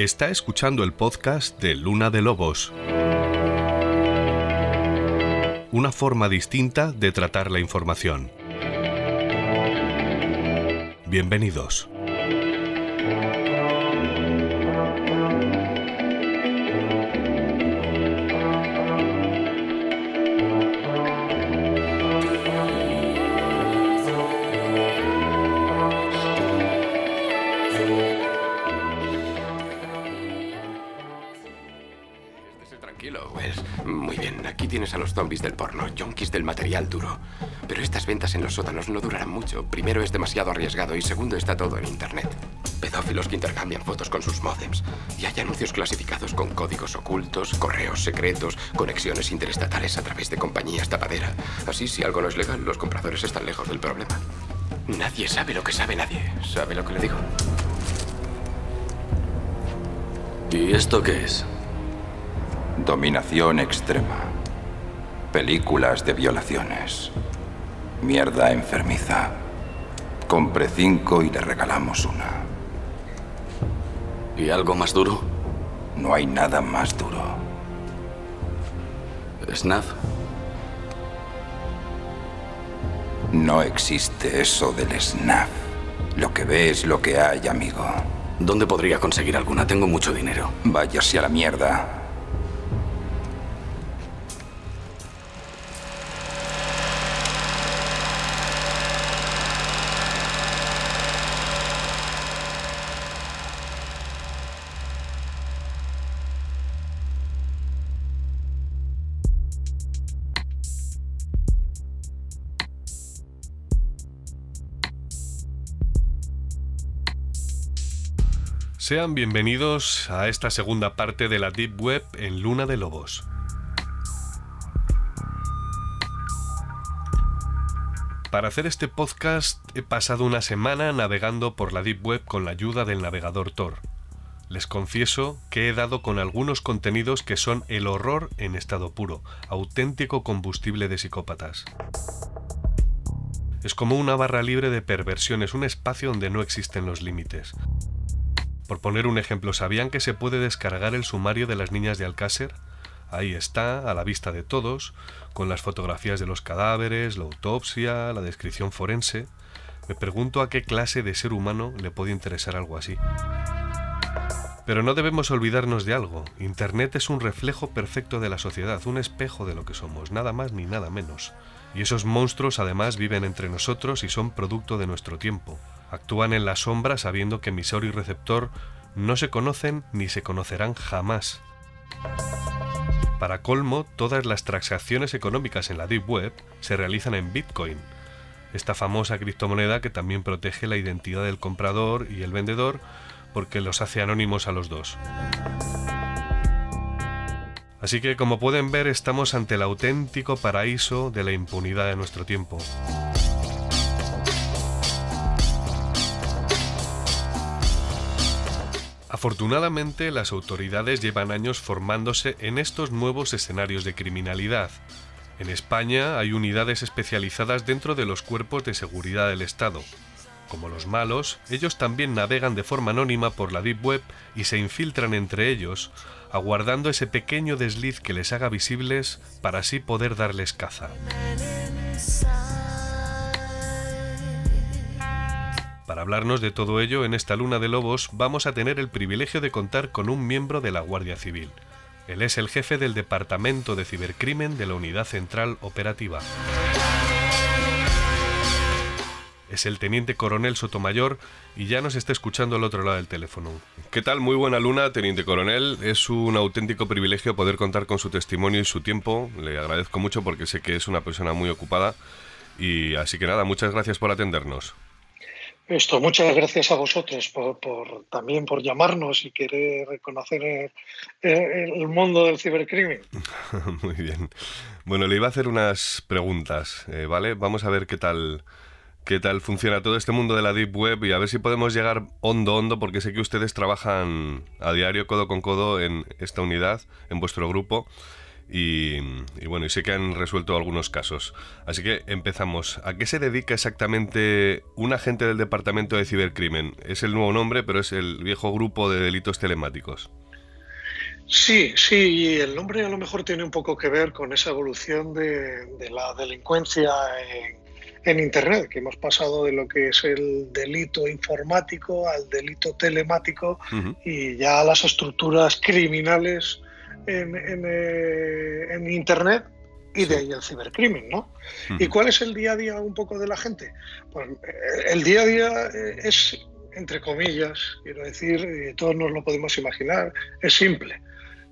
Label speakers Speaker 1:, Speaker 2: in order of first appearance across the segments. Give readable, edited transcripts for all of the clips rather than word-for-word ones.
Speaker 1: Está escuchando el podcast de Luna de Lobos. Una forma distinta de tratar la información. Bienvenidos.
Speaker 2: Tranquilo, Wells. Muy bien, aquí tienes a los zombies del porno, yonkis del material duro. Pero estas ventas en los sótanos no durarán mucho. Primero, es demasiado arriesgado y segundo, está todo en internet. Pedófilos que intercambian fotos con sus módems. Y hay anuncios clasificados con códigos ocultos, correos secretos, conexiones interestatales a través de compañías tapadera. Así, si algo no es legal, los compradores están lejos del problema. Nadie sabe lo que sabe nadie. ¿Sabe lo que le digo?
Speaker 3: ¿Y esto qué es?
Speaker 4: Dominación extrema. Películas de violaciones. Mierda enfermiza. Compre 5 y le regalamos una.
Speaker 3: ¿Y algo más duro?
Speaker 4: No hay nada más duro.
Speaker 3: ¿Snuff?
Speaker 4: No existe eso del snuff. Lo que ve es lo que hay, amigo.
Speaker 3: ¿Dónde podría conseguir alguna? Tengo mucho dinero.
Speaker 4: Váyase a la mierda.
Speaker 1: Sean bienvenidos a esta segunda parte de la Deep Web en Luna de Lobos. Para hacer este podcast he pasado una semana navegando por la Deep Web con la ayuda del navegador Tor. Les confieso que he dado con algunos contenidos que son el horror en estado puro, auténtico combustible de psicópatas. Es como una barra libre de perversiones, un espacio donde no existen los límites. Por poner un ejemplo, ¿sabían que se puede descargar el sumario de las niñas de Alcácer? Ahí está, a la vista de todos, con las fotografías de los cadáveres, la autopsia, la descripción forense. Me pregunto a qué clase de ser humano le puede interesar algo así. Pero no debemos olvidarnos de algo. Internet es un reflejo perfecto de la sociedad, un espejo de lo que somos, nada más ni nada menos. Y esos monstruos además viven entre nosotros y son producto de nuestro tiempo. Actúan en la sombra sabiendo que emisor y receptor no se conocen ni se conocerán jamás. Para colmo, todas las transacciones económicas en la Deep Web se realizan en Bitcoin, esta famosa criptomoneda que también protege la identidad del comprador y el vendedor porque los hace anónimos a los dos. Así que, como pueden ver, estamos ante el auténtico paraíso de la impunidad de nuestro tiempo. Afortunadamente, las autoridades llevan años formándose en estos nuevos escenarios de criminalidad. En España hay unidades especializadas dentro de los cuerpos de seguridad del Estado. Como los malos, ellos también navegan de forma anónima por la Deep Web y se infiltran entre ellos, aguardando ese pequeño desliz que les haga visibles para así poder darles caza. Para hablarnos de todo ello, en esta Luna de Lobos vamos a tener el privilegio de contar con un miembro de la Guardia Civil. Él es el jefe del Departamento de Cibercrimen de la Unidad Central Operativa. Es el Teniente Coronel Sotomayor y ya nos está escuchando al otro lado del teléfono. ¿Qué tal? Muy buena luna, Teniente Coronel. Es un auténtico privilegio poder contar con su testimonio y su tiempo. Le agradezco mucho porque sé que es una persona muy ocupada. Y así que nada, muchas gracias por atendernos.
Speaker 5: Muchas gracias a vosotros también por llamarnos y querer reconocer el mundo del cibercrimen.
Speaker 1: Muy bien. Bueno, le iba a hacer unas preguntas, ¿vale? Vamos a ver qué tal funciona todo este mundo de la Deep Web y a ver si podemos llegar hondo, porque sé que ustedes trabajan a diario, codo con codo, en esta unidad, en vuestro grupo. y bueno, y sé que han resuelto algunos casos. Así que empezamos. ¿A qué se dedica exactamente un agente del Departamento de Cibercrimen? Es el nuevo nombre, pero es el viejo grupo de delitos telemáticos.
Speaker 5: Sí, y el nombre a lo mejor tiene un poco que ver con esa evolución de la delincuencia en Internet, que hemos pasado de lo que es el delito informático al delito telemático y ya a las estructuras criminales en Internet y de ahí el cibercrimen, ¿no? ¿Y cuál es el día a día un poco de la gente? Pues el día a día es, entre comillas, quiero decir, todos nos lo podemos imaginar, es simple.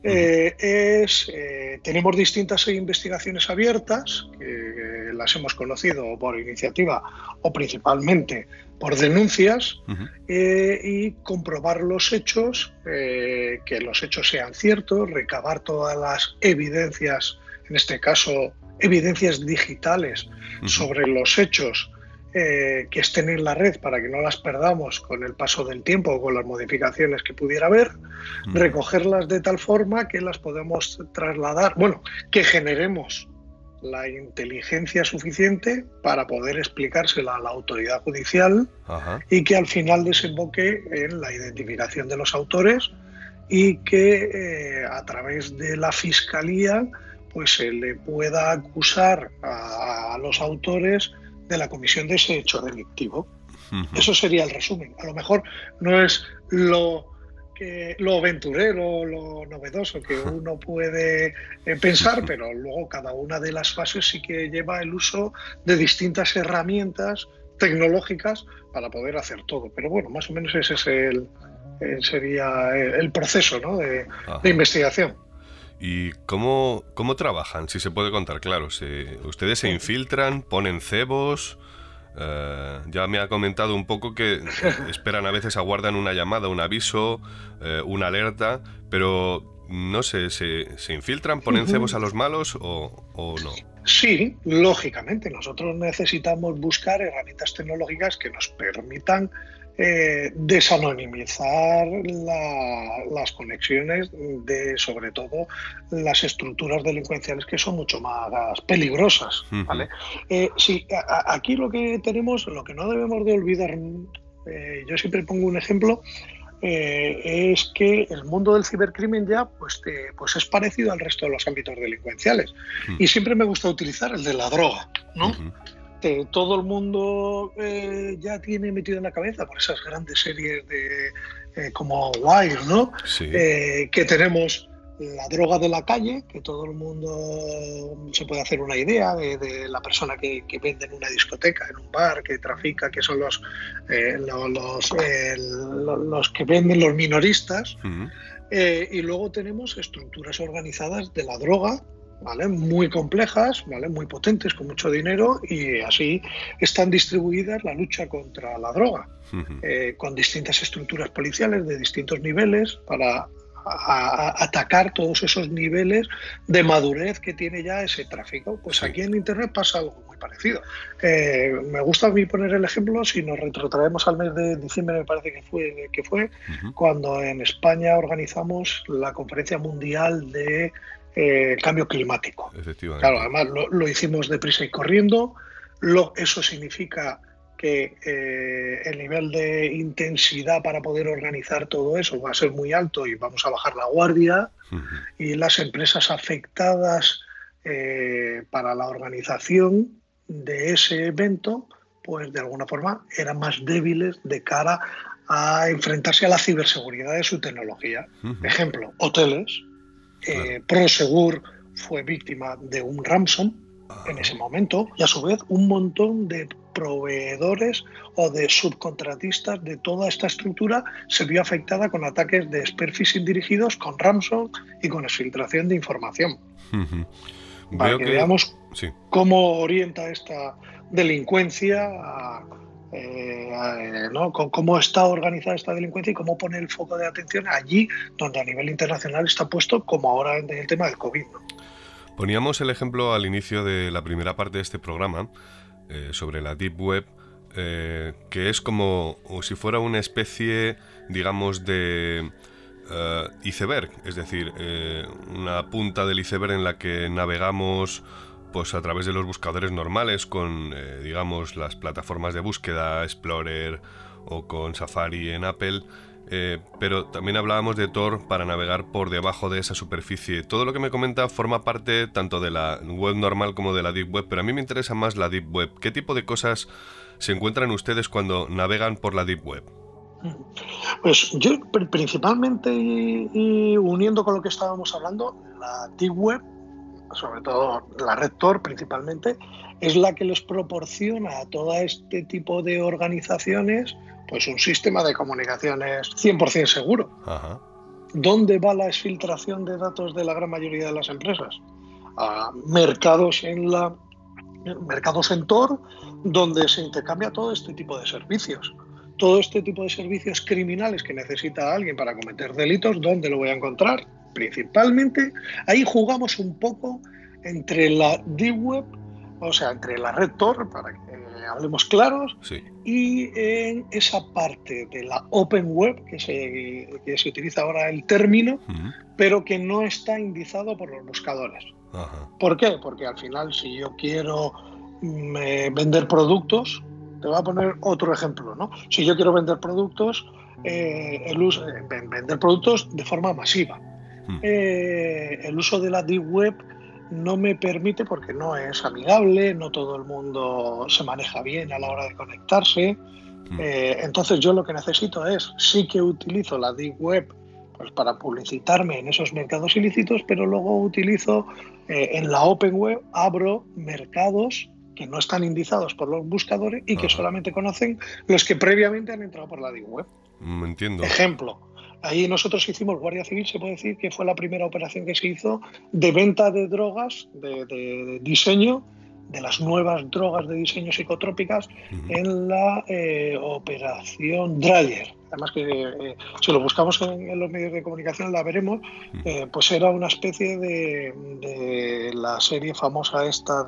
Speaker 5: Tenemos distintas investigaciones abiertas que las hemos conocido por iniciativa o principalmente por denuncias y comprobar los hechos, que los hechos sean ciertos, recabar todas las evidencias, en este caso evidencias digitales sobre los hechos que estén en la red para que no las perdamos con el paso del tiempo o con las modificaciones que pudiera haber, recogerlas de tal forma que las podemos trasladar, que generemos la inteligencia suficiente para poder explicársela a la autoridad judicial y que al final desemboque en la identificación de los autores y que a través de la Fiscalía pues se le pueda acusar a los autores de la comisión de ese hecho delictivo. Eso sería el resumen. A lo mejor no es lo aventurero, lo novedoso que uno puede pensar, pero luego cada una de las fases sí que lleva el uso de distintas herramientas tecnológicas para poder hacer todo. Pero bueno, más o menos ese es sería el proceso, ¿no? de investigación.
Speaker 1: ¿Y cómo trabajan? Si se puede contar, claro. Ustedes se infiltran, ponen cebos. Ya me ha comentado un poco que esperan, a veces aguardan una llamada, un aviso, una alerta, pero no sé, ¿se infiltran, ponen cebos a los malos o no?
Speaker 5: Sí, lógicamente. Nosotros necesitamos buscar herramientas tecnológicas que nos permitan desanonimizar las conexiones de, sobre todo, las estructuras delincuenciales que son mucho más peligrosas, ¿vale? Sí, aquí lo que tenemos, lo que no debemos de olvidar, yo siempre pongo un ejemplo, es que el mundo del cibercrimen ya pues es parecido al resto de los ámbitos delincuenciales. Y siempre me gusta utilizar el de la droga, ¿no? Todo el mundo ya tiene metido en la cabeza por esas grandes series de como Wire, ¿no? Sí. Que tenemos la droga de la calle, que todo el mundo se puede hacer una idea de la persona que vende en una discoteca, en un bar, que trafica, que son los que venden, los minoristas. Y luego tenemos estructuras organizadas de la droga, ¿vale? Muy complejas, ¿vale? Muy potentes, con mucho dinero, y así están distribuidas la lucha contra la droga, con distintas estructuras policiales de distintos niveles para atacar todos esos niveles de madurez que tiene ya ese tráfico. Pues aquí en Internet pasa algo muy parecido. Me gusta a mí poner el ejemplo, si nos retrotraemos al mes de diciembre, me parece que fue cuando en España organizamos la Conferencia Mundial de Cambio Climático. Claro, además lo hicimos deprisa y corriendo. Eso significa que el nivel de intensidad para poder organizar todo eso va a ser muy alto y vamos a bajar la guardia, y las empresas afectadas para la organización de ese evento, pues de alguna forma eran más débiles de cara a enfrentarse a la ciberseguridad de su tecnología. Ejemplo, hoteles. Prosegur fue víctima de un ransom en ese momento, y a su vez un montón de proveedores o de subcontratistas de toda esta estructura se vio afectada con ataques de spear phishing dirigidos con ransom y con exfiltración de información. Para que veamos cómo orienta esta delincuencia ¿no? Cómo está organizada esta delincuencia y cómo pone el foco de atención allí donde a nivel internacional está puesto, como ahora en el tema del COVID, ¿no?
Speaker 1: Poníamos el ejemplo al inicio de la primera parte de este programa sobre la Deep Web, que es como si fuera una especie, digamos, de iceberg, es decir, una punta del iceberg en la que navegamos pues a través de los buscadores normales con, digamos, las plataformas de búsqueda, Explorer o con Safari en Apple, pero también hablábamos de Tor para navegar por debajo de esa superficie. Todo lo que me comenta forma parte tanto de la web normal como de la Deep Web, pero a mí me interesa más la Deep Web. ¿Qué tipo de cosas se encuentran ustedes cuando navegan por la Deep Web?
Speaker 5: Pues yo principalmente, y uniendo con lo que estábamos hablando, la Deep Web, sobre todo la red Tor principalmente, es la que les proporciona a todo este tipo de organizaciones pues un sistema de comunicaciones 100% seguro.
Speaker 1: Ajá.
Speaker 5: ¿Dónde va la exfiltración de datos de la gran mayoría de las empresas? A mercados en Tor, donde se intercambia todo este tipo de servicios. Todo este tipo de servicios criminales que necesita alguien para cometer delitos, ¿dónde lo voy a encontrar? Principalmente, ahí jugamos un poco entre la Deep Web, o sea, entre la red Tor, para que hablemos claros,
Speaker 1: sí,
Speaker 5: y en esa parte de la Open Web, que se utiliza ahora el término, pero que no está indizado por los buscadores.
Speaker 1: Ajá.
Speaker 5: ¿Por qué? Porque al final, si yo quiero vender productos, te voy a poner otro ejemplo, ¿no? Si yo quiero vender productos, vender productos de forma masiva. El uso de la Deep Web no me permite, porque no es amigable, no todo el mundo se maneja bien a la hora de conectarse. Entonces yo lo que necesito es, sí que utilizo la Deep Web pues para publicitarme en esos mercados ilícitos, pero luego utilizo en la Open Web, abro mercados que no están indizados por los buscadores y que solamente conocen los que previamente han entrado por la Deep Web.
Speaker 1: Entiendo.
Speaker 5: Ejemplo, ahí nosotros hicimos Guardia Civil, se puede decir que fue la primera operación que se hizo de venta de drogas, de diseño, de las nuevas drogas de diseño psicotrópicas en la operación Dreyer. Además que si lo buscamos en los medios de comunicación la veremos, pues era una especie de la serie famosa esta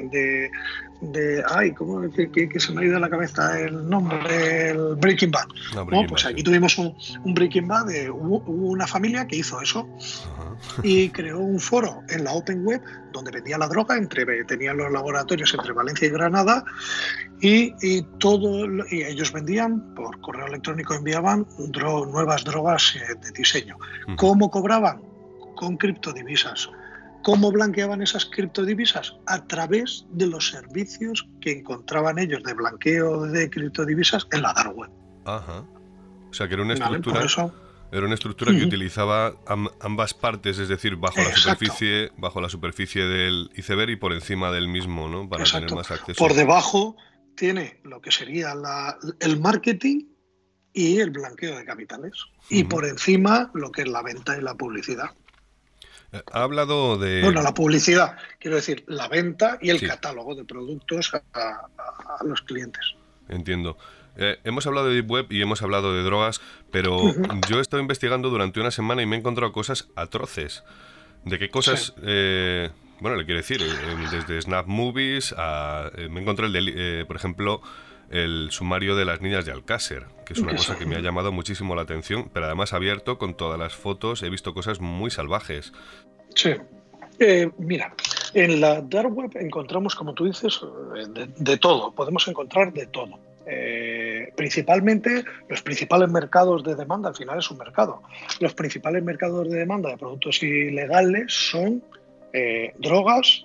Speaker 5: ay, ¿cómo que se me ha ido a la cabeza el nombre? El Breaking Bad. No, pues aquí tuvimos un Breaking Bad, hubo una familia que hizo eso y creó un foro en la Open Web donde vendía la droga, tenían los laboratorios entre Valencia y Granada y ellos vendían por correo electrónico, enviaban nuevas drogas de diseño. ¿Cómo cobraban? Con criptodivisas. ¿Cómo blanqueaban esas criptodivisas? A través de los servicios que encontraban ellos de blanqueo de criptodivisas en la dark web.
Speaker 1: Ajá. O sea, que era una estructura,
Speaker 5: ¿vale?
Speaker 1: era una estructura que utilizaba ambas partes, es decir, bajo la superficie del iceberg y por encima del mismo, ¿no? Para tener más acceso.
Speaker 5: Por debajo tiene lo que sería el marketing y el blanqueo de capitales. Y por encima lo que es la venta y la publicidad.
Speaker 1: Ha hablado de...
Speaker 5: Bueno, la publicidad, quiero decir, la venta y el catálogo de productos a los clientes.
Speaker 1: Entiendo. Hemos hablado de Deep Web y hemos hablado de drogas, pero yo he estado investigando durante una semana y me he encontrado cosas atroces. ¿De qué cosas?
Speaker 5: Sí.
Speaker 1: Bueno, le quiero decir, desde Snap Movies me encontré, por ejemplo, el sumario de las niñas de Alcácer, que es una cosa que me ha llamado muchísimo la atención, pero además abierto con todas las fotos, he visto cosas muy salvajes.
Speaker 5: Sí. Mira, en la dark web encontramos, como tú dices, de todo, podemos encontrar de todo. Principalmente los principales mercados de demanda, al final es un mercado, los principales mercados de demanda de productos ilegales son drogas,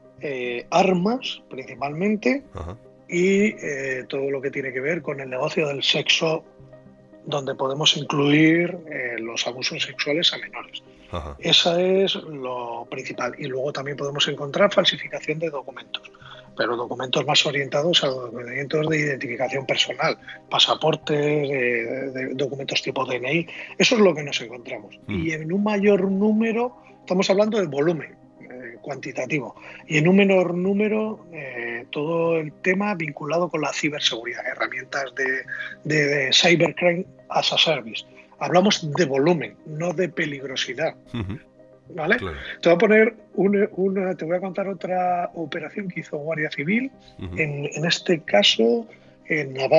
Speaker 5: armas principalmente, y todo lo que tiene que ver con el negocio del sexo, donde podemos incluir los abusos sexuales a menores. Esa es lo principal. Y luego también podemos encontrar falsificación de documentos, pero documentos más orientados a documentos de identificación personal, pasaportes, documentos tipo DNI. Eso es lo que nos encontramos. Y en un mayor número, estamos hablando del volumen cuantitativo, y en un menor número todo el tema vinculado con la ciberseguridad, herramientas de cybercrime as a service. Hablamos de volumen, no de peligrosidad. ¿Vale? Claro. Te voy a poner te voy a contar otra operación que hizo Guardia Civil, en este caso en Navarra.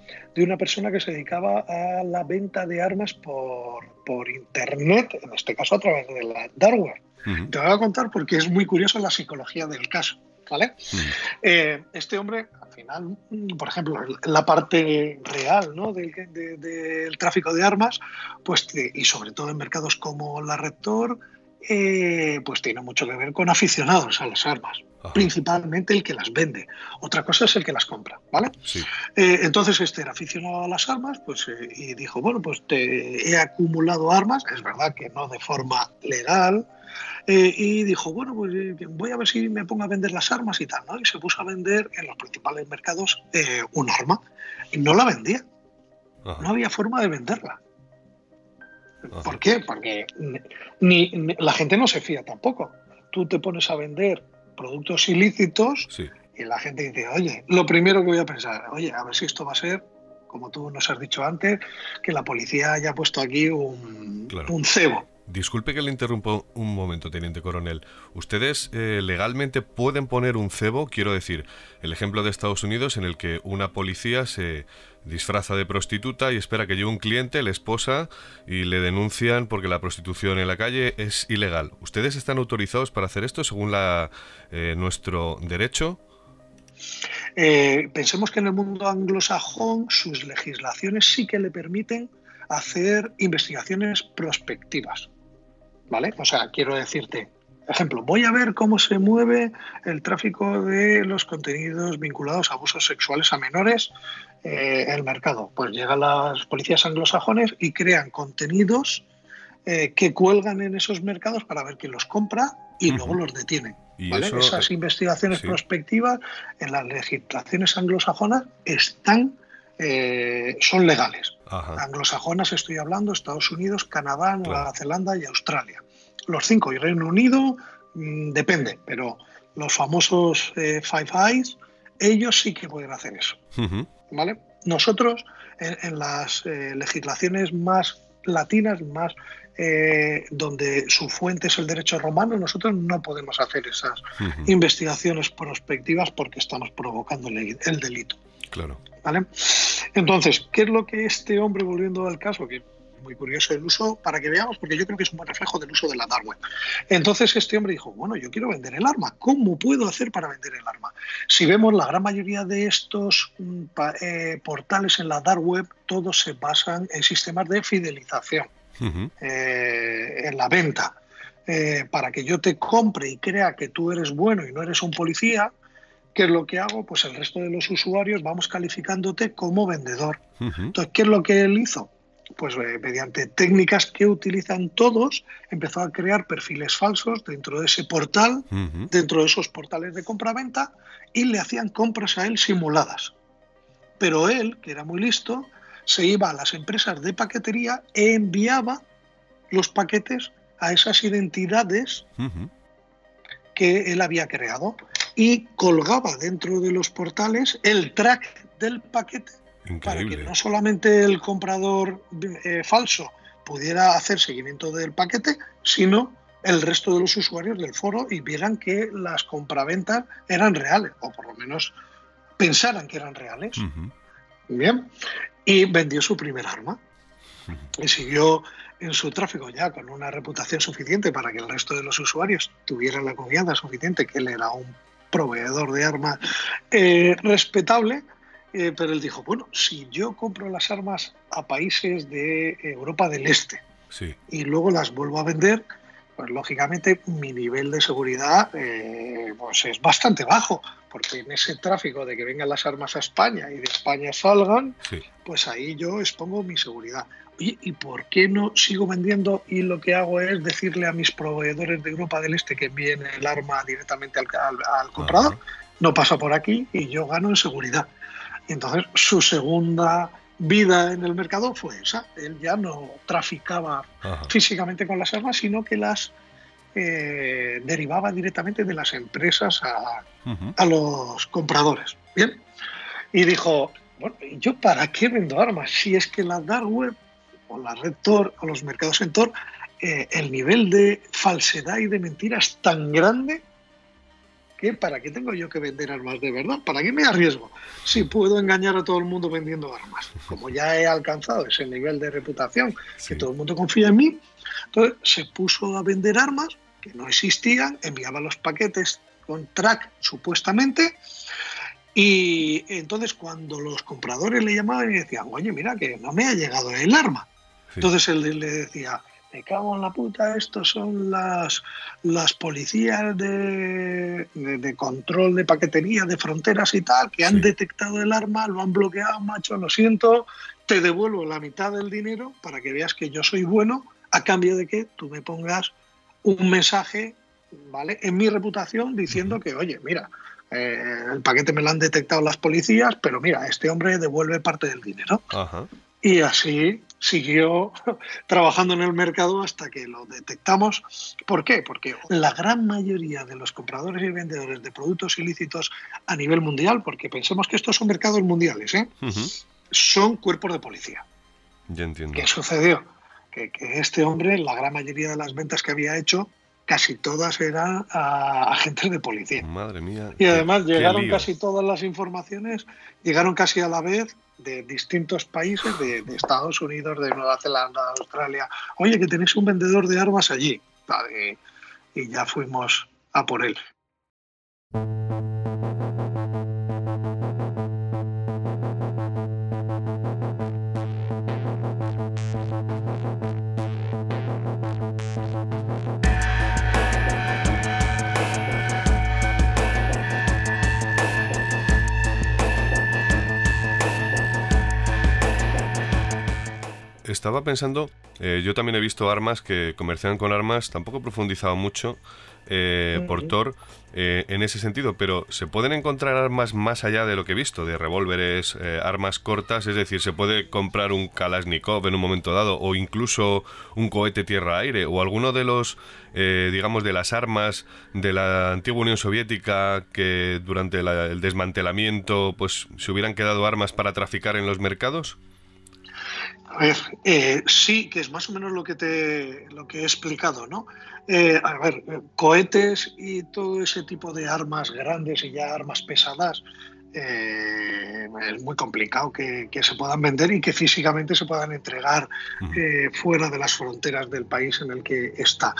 Speaker 5: de una persona que se dedicaba a la venta de armas por internet, en este caso a través de la dark web. Te voy a contar porque es muy curioso la psicología del caso, ¿vale? Este hombre, al final, por ejemplo, la parte real, ¿no?, del tráfico de armas, pues, y sobre todo en mercados como la Red Tor, pues tiene mucho que ver con aficionados a las armas. Ajá. Principalmente el que las vende. Otra cosa es el que las compra, ¿vale?
Speaker 1: Sí.
Speaker 5: Entonces este era aficionado a las armas, pues y dijo, bueno, pues he acumulado armas, es verdad que no de forma legal, y dijo, bueno, pues voy a ver si me pongo a vender las armas y tal, ¿no? Y se puso a vender en los principales mercados un arma y no la vendía. Ajá. No había forma de venderla. Ajá. ¿Por qué? Porque ni la gente no se fía tampoco. Tú te pones a vender productos ilícitos, sí, y la gente dice, oye, lo primero que voy a pensar, oye, a ver si esto va a ser, como tú nos has dicho antes, que la policía haya puesto aquí un cebo.
Speaker 1: Disculpe que le interrumpo un momento, teniente coronel. ¿Ustedes legalmente pueden poner un cebo? Quiero decir, el ejemplo de Estados Unidos en el que una policía se disfraza de prostituta y espera que llegue un cliente, la esposa, y le denuncian porque la prostitución en la calle es ilegal. ¿Ustedes están autorizados para hacer esto según nuestro derecho?
Speaker 5: Pensemos que en el mundo anglosajón sus legislaciones sí que le permiten hacer investigaciones prospectivas, ¿vale? O sea, quiero decirte, ejemplo, voy a ver cómo se mueve el tráfico de los contenidos vinculados a abusos sexuales a menores en el mercado. Pues llegan las policías anglosajones y crean contenidos que cuelgan en esos mercados para ver quién los compra y luego los detienen. ¿Vale? Esas investigaciones prospectivas en las legislaciones anglosajonas son legales. Ajá. Anglosajonas estoy hablando, Estados Unidos, Canadá, Nueva Zelanda y Australia. Los 5 y Reino Unido depende, pero los famosos Five Eyes, ellos sí que pueden hacer eso. ¿Vale? Nosotros en las legislaciones más latinas, más donde su fuente es el derecho romano, nosotros no podemos hacer esas investigaciones prospectivas porque estamos provocando el delito.
Speaker 1: Claro.
Speaker 5: ¿Vale? Entonces, ¿qué es lo que este hombre, volviendo al caso, que es muy curioso el uso, para que veamos, porque yo creo que es un buen reflejo del uso de la dark web? Entonces este hombre dijo, bueno, yo quiero vender el arma, ¿cómo puedo hacer para vender el arma? Si vemos la gran mayoría de estos portales en la dark web, todos se basan en sistemas de fidelización en la venta. Para que yo te compre y crea que tú eres bueno y no eres un policía, ¿qué es lo que hago? Pues el resto de los usuarios vamos calificándote como vendedor. Entonces, ¿qué es lo que él hizo? Pues mediante técnicas que utilizan todos, empezó a crear perfiles falsos dentro de ese portal, dentro de esos portales de compra-venta, y le hacían compras a él simuladas. Pero él, que era muy listo, se iba a las empresas de paquetería e enviaba los paquetes a esas identidades que él había creado y colgaba dentro de los portales el track del paquete.
Speaker 1: Increíble.
Speaker 5: Para que no solamente el comprador falso pudiera hacer seguimiento del paquete, sino el resto de los usuarios del foro y vieran que las compraventas eran reales, o por lo menos pensaran que eran reales. Bien, y vendió su primer arma. Y siguió en su tráfico ya con una reputación suficiente para que el resto de los usuarios tuvieran la confianza suficiente que él era un proveedor de armas respetable. Pero él dijo, bueno, si yo compro las armas a países de Europa del Este y luego las vuelvo a vender, pues lógicamente mi nivel de seguridad pues es bastante bajo, porque en ese tráfico de que vengan las armas a España y de España salgan, pues ahí yo expongo mi seguridad. Oye, ¿y por qué no sigo vendiendo y lo que hago es decirle a mis proveedores de Europa del Este que envíen el arma directamente al comprador? No pasa por aquí y yo gano en seguridad. Entonces, su segunda vida en el mercado fue esa. Él ya no traficaba físicamente con las armas, sino que las derivaba directamente de las empresas a los compradores. Bien. Y dijo, bueno, ¿yo para qué vendo armas? Si es que la dark web o la red Tor o los mercados en Tor, el nivel de falsedad y de mentira es tan grande ¿Para qué tengo yo que vender armas de verdad? ¿Para qué me arriesgo? Si puedo engañar a todo el mundo vendiendo armas. Como ya he alcanzado ese nivel de reputación, que todo el mundo confía en mí, entonces se puso a vender armas que no existían, enviaba los paquetes con track supuestamente, y entonces cuando los compradores le llamaban y decían, oye, mira que no me ha llegado el arma. Entonces él le decía, me cago en la puta, estos son las policías de control de paquetería, de fronteras y tal, que han detectado el arma, lo han bloqueado, macho, lo siento, te devuelvo la mitad del dinero para que veas que yo soy bueno, a cambio de que tú me pongas un mensaje, ¿vale?, en mi reputación diciendo que, oye, mira, el paquete me lo han detectado las policías, pero mira, este hombre devuelve parte del dinero. Ajá. Y así siguió trabajando en el mercado hasta que lo detectamos. ¿Por qué? Porque la gran mayoría de los compradores y vendedores de productos ilícitos a nivel mundial, porque pensemos que estos son mercados mundiales, son cuerpos de policía.
Speaker 1: Ya entiendo.
Speaker 5: ¿Qué sucedió? Que este hombre, la gran mayoría de las ventas que había hecho, casi todas eran a agentes de policía.
Speaker 1: Madre mía.
Speaker 5: Y además llegaron casi todas las informaciones, llegaron casi a la vez de distintos países, de Estados Unidos, de Nueva Zelanda, de Australia. Oye, que tenéis un vendedor de armas allí. Vale, y ya fuimos a por él.
Speaker 1: Estaba pensando, yo también he visto armas que comercian con armas, tampoco he profundizado mucho por Tor en ese sentido, pero ¿se pueden encontrar armas más allá de lo que he visto? De revólveres, armas cortas, es decir, ¿se puede comprar un Kalashnikov en un momento dado o incluso un cohete tierra-aire o alguno de los, digamos, de las armas de la antigua Unión Soviética que durante el desmantelamiento pues se hubieran quedado armas para traficar en los mercados?
Speaker 5: A ver, sí, que es más o menos lo que he explicado, ¿no? A ver, cohetes y todo ese tipo de armas grandes y ya armas pesadas, es muy complicado que se puedan vender y que físicamente se puedan entregar fuera de las fronteras del país en el que está.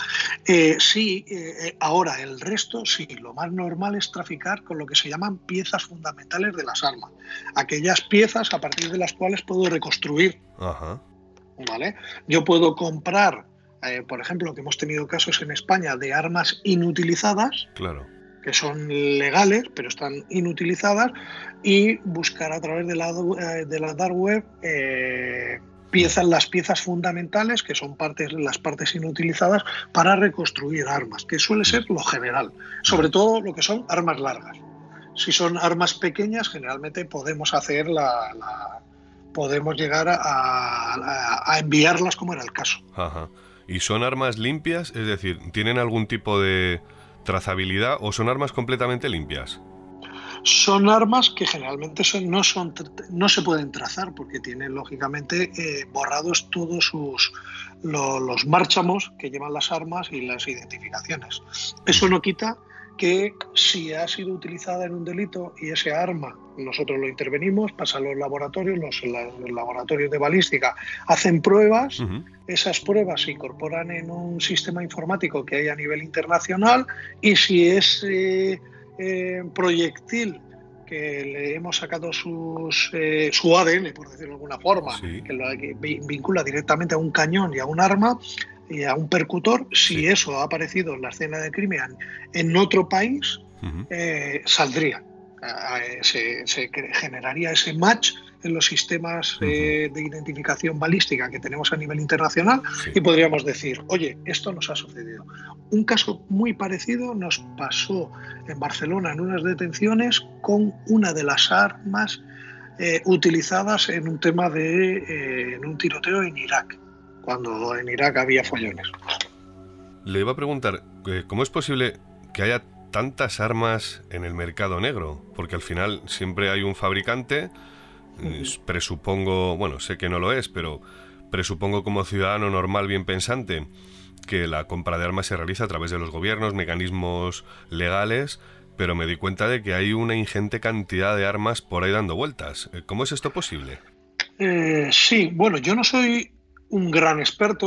Speaker 5: Ahora el resto, sí, lo más normal es traficar con lo que se llaman piezas fundamentales de las armas. Aquellas piezas a partir de las cuales puedo reconstruir.
Speaker 1: Ajá.
Speaker 5: ¿Vale? Yo puedo comprar, por ejemplo, que hemos tenido casos en España de armas inutilizadas.
Speaker 1: Claro.
Speaker 5: Que son legales, pero están inutilizadas, y buscar a través de la dark web las piezas fundamentales, que son las partes inutilizadas, para reconstruir armas, que suele ser lo general, sobre todo lo que son armas largas. Si son armas pequeñas, generalmente podemos podemos llegar a enviarlas como era el caso.
Speaker 1: Ajá. ¿Y son armas limpias? Es decir, ¿tienen algún tipo de trazabilidad o son armas completamente limpias?
Speaker 5: Son armas que generalmente no se pueden trazar porque tienen lógicamente borrados todos los márchamos que llevan las armas y las identificaciones. Eso no quita que si ha sido utilizada en un delito y ese arma nosotros lo intervenimos, pasa a los laboratorios, los laboratorios de balística hacen pruebas, esas pruebas se incorporan en un sistema informático que hay a nivel internacional, y si ese proyectil que le hemos sacado su ADN, por decirlo de alguna forma, que vincula directamente a un cañón y a un arma y a un percutor, si eso ha aparecido en la escena de crimen en otro país, saldría. Se generaría ese match en los sistemas de identificación balística que tenemos a nivel internacional y podríamos decir, oye, esto nos ha sucedido. Un caso muy parecido nos pasó en Barcelona en unas detenciones con una de las armas utilizadas en un tema en un tiroteo en Irak, cuando en Irak había follones.
Speaker 1: Le iba a preguntar, ¿cómo es posible que haya tantas armas en el mercado negro? Porque al final siempre hay un fabricante, presupongo, bueno, sé que no lo es, pero presupongo como ciudadano normal bien pensante que la compra de armas se realiza a través de los gobiernos, mecanismos legales, pero me di cuenta de que hay una ingente cantidad de armas por ahí dando vueltas. ¿Cómo es esto posible?
Speaker 5: Sí, bueno, yo no soy un gran experto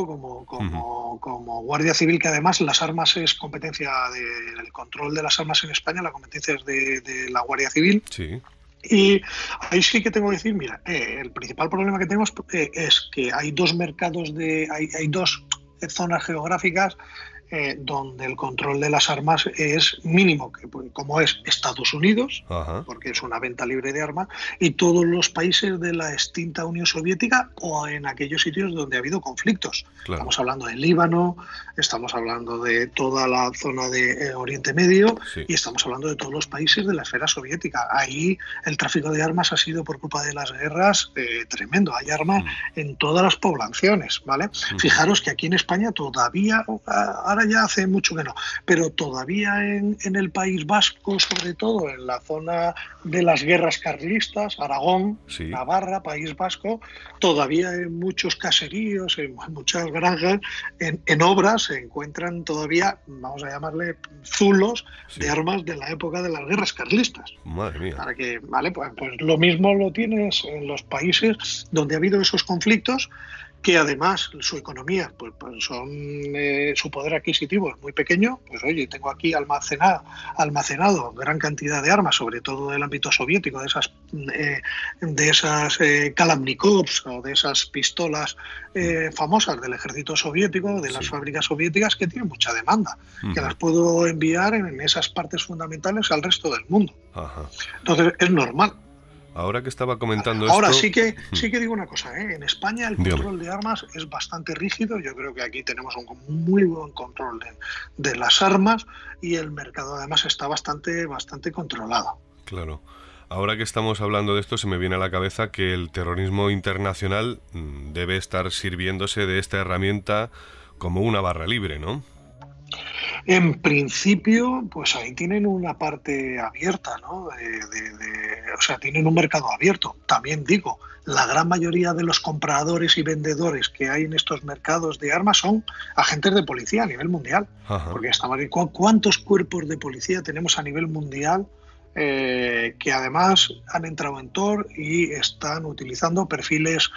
Speaker 5: como Guardia Civil, que además las armas es competencia del control de las armas en España, la competencia es de la Guardia Civil.
Speaker 1: Sí.
Speaker 5: Y ahí sí que tengo que decir, mira, el principal problema que tenemos es que hay dos mercados, hay dos zonas geográficas donde el control de las armas es mínimo, que como es Estados Unidos,
Speaker 1: Ajá.
Speaker 5: porque es una venta libre de armas, y todos los países de la extinta Unión Soviética o en aquellos sitios donde ha habido conflictos.
Speaker 1: Claro.
Speaker 5: Estamos hablando del Líbano, estamos hablando de toda la zona de Oriente Medio,
Speaker 1: Sí.
Speaker 5: y estamos hablando de todos los países de la esfera soviética. Ahí el tráfico de armas ha sido, por culpa de las guerras, tremendo. Hay armas en todas las poblaciones, ¿vale? Fijaros que aquí en España todavía, ahora ya hace mucho que no, pero todavía en el País Vasco, sobre todo en la zona de las guerras carlistas, Aragón,
Speaker 1: Sí.
Speaker 5: Navarra, País Vasco, todavía en muchos caseríos, en muchas granjas, en obras se encuentran todavía, vamos a llamarle, zulos
Speaker 1: Sí.
Speaker 5: de armas de la época de las guerras carlistas.
Speaker 1: Madre mía.
Speaker 5: Para que, vale, pues lo mismo lo tienes en los países donde ha habido esos conflictos, que además su economía, pues son su poder adquisitivo es muy pequeño. Pues oye, tengo aquí almacenado gran cantidad de armas, sobre todo del ámbito soviético, de esas Kalashnikovs o de esas pistolas famosas del ejército soviético, de las fábricas soviéticas, que tienen mucha demanda, que las puedo enviar en esas partes fundamentales al resto del mundo.
Speaker 1: Ajá.
Speaker 5: Entonces es normal.
Speaker 1: Ahora que estaba comentando
Speaker 5: Ahora
Speaker 1: esto...
Speaker 5: sí que digo una cosa, en España el control de armas es bastante rígido. Yo creo que aquí tenemos un muy buen control de las armas, y el mercado además está bastante controlado.
Speaker 1: Claro. Ahora que estamos hablando de esto, se me viene a la cabeza que el terrorismo internacional debe estar sirviéndose de esta herramienta como una barra libre, ¿no?
Speaker 5: En principio, pues ahí tienen una parte abierta, ¿no? O sea, tienen un mercado abierto. También digo, la gran mayoría de los compradores y vendedores que hay en estos mercados de armas son agentes de policía a nivel mundial.
Speaker 1: Ajá.
Speaker 5: Porque ¿cuántos cuerpos de policía tenemos a nivel mundial que además han entrado en Tor y están utilizando perfiles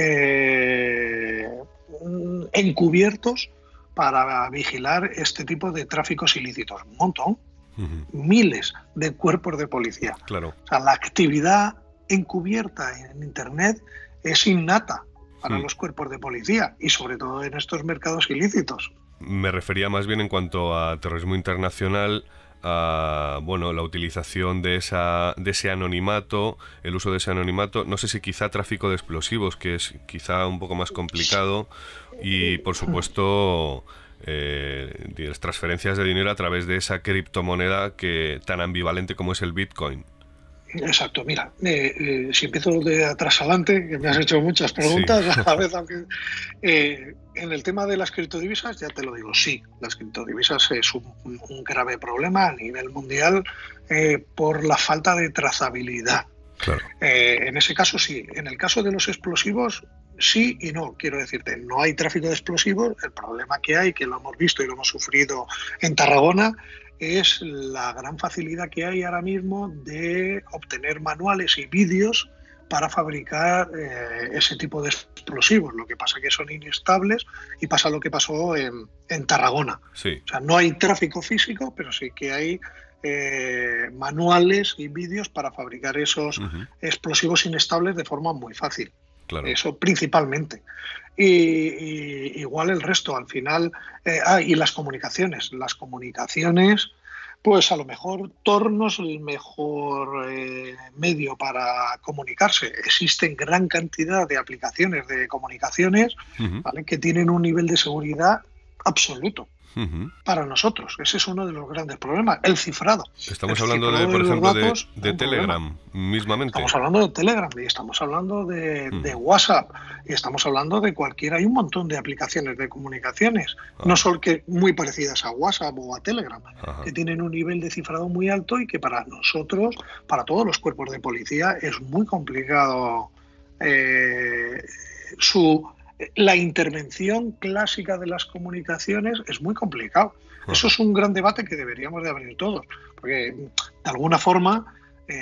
Speaker 5: encubiertos para vigilar este tipo de tráficos ilícitos? Un montón. Miles de cuerpos de policía.
Speaker 1: Claro.
Speaker 5: O sea, la actividad encubierta en Internet es innata para los cuerpos de policía, y sobre todo en estos mercados ilícitos.
Speaker 1: Me refería más bien en cuanto a terrorismo internacional, a la utilización de ese anonimato, el uso de ese anonimato, no sé si quizá tráfico de explosivos, que es quizá un poco más complicado, y por supuesto las transferencias de dinero a través de esa criptomoneda que tan ambivalente como es el Bitcoin.
Speaker 5: Exacto, mira, si empiezo de atrás adelante, que me has hecho muchas preguntas a la vez, aunque en el tema de las criptodivisas, ya te lo digo, sí, las criptodivisas es un grave problema a nivel mundial por la falta de trazabilidad.
Speaker 1: Claro.
Speaker 5: En ese caso sí, en el caso de los explosivos, sí y no. Quiero decirte, no hay tráfico de explosivos. El problema que hay, que lo hemos visto y lo hemos sufrido en Tarragona, es la gran facilidad que hay ahora mismo de obtener manuales y vídeos para fabricar ese tipo de explosivos. Lo que pasa es que son inestables, y pasa lo que pasó en Tarragona.
Speaker 1: Sí.
Speaker 5: O sea, no hay tráfico físico, pero sí que hay manuales y vídeos para fabricar esos explosivos inestables de forma muy fácil.
Speaker 1: Claro.
Speaker 5: Eso principalmente. Y igual el resto, al final. Y las comunicaciones. Las comunicaciones, pues a lo mejor Tor no es el mejor medio para comunicarse. Existen gran cantidad de aplicaciones de comunicaciones, ¿vale?, que tienen un nivel de seguridad absoluto. Para nosotros, ese es uno de los grandes problemas, el cifrado.
Speaker 1: Estamos hablando por ejemplo, de Telegram, mismamente.
Speaker 5: Estamos hablando de Telegram, y estamos hablando de WhatsApp, y estamos hablando de cualquiera. Hay un montón de aplicaciones de comunicaciones, no solo que muy parecidas a WhatsApp o a Telegram, que tienen un nivel de cifrado muy alto, y que para nosotros, para todos los cuerpos de policía, es muy complicado la intervención clásica de las comunicaciones. Es muy complicado. Eso es un gran debate que deberíamos de abrir todos, porque de alguna forma